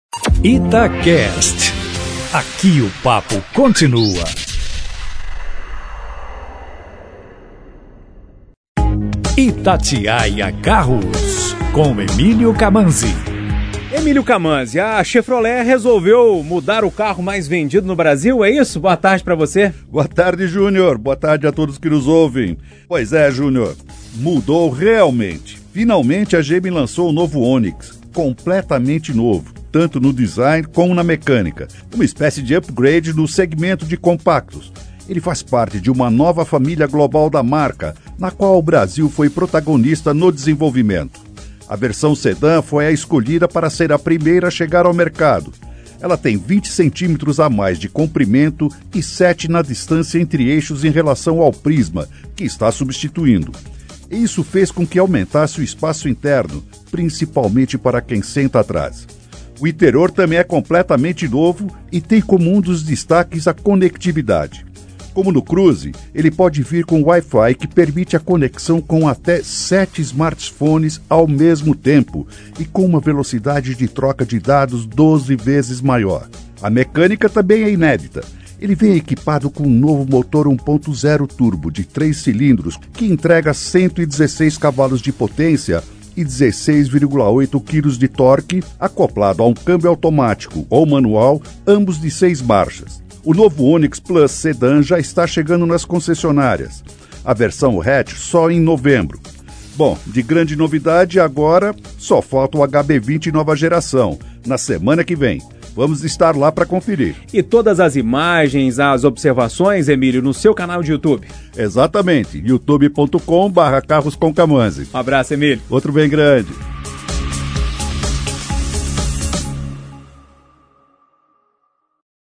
Itacast. Aqui o papo continua. Itatiaia Carros, com Emílio Camanzi. Emílio Camanzi, a Chevrolet resolveu mudar o carro mais vendido no Brasil, é isso? Boa tarde para você. Boa tarde, Júnior. Boa tarde a todos que nos ouvem. Pois é, Júnior, mudou realmente. Finalmente a GM lançou o novo Onix, completamente novo, tanto no design como na mecânica. Uma espécie de upgrade no segmento de compactos. Ele faz parte de uma nova família global da marca, na qual o Brasil foi protagonista no desenvolvimento. A versão sedã foi a escolhida para ser a primeira a chegar ao mercado. Ela tem 20 centímetros a mais de comprimento e 7 na distância entre eixos em relação ao Prisma, que está substituindo. Isso fez com que aumentasse o espaço interno, principalmente para quem senta atrás. O interior também é completamente novo e tem como um dos destaques a conectividade. Como no Cruze, ele pode vir com Wi-Fi que permite a conexão com até 7 smartphones ao mesmo tempo e com uma velocidade de troca de dados 12 vezes maior. A mecânica também é inédita. Ele vem equipado com um novo motor 1.0 turbo de 3 cilindros que entrega 116 cavalos de potência e 16,8 kg de torque, acoplado a um câmbio automático ou manual, ambos de 6 marchas. O novo Onix Plus Sedan já está chegando nas concessionárias. A versão hatch só em novembro. Bom, de grande novidade agora, só falta o HB20 nova geração, na semana que vem. Vamos estar lá para conferir. E todas as imagens, as observações, Emílio, no seu canal de YouTube? Exatamente, youtube.com/carroscomcamanzi. Um abraço, Emílio. Outro bem grande.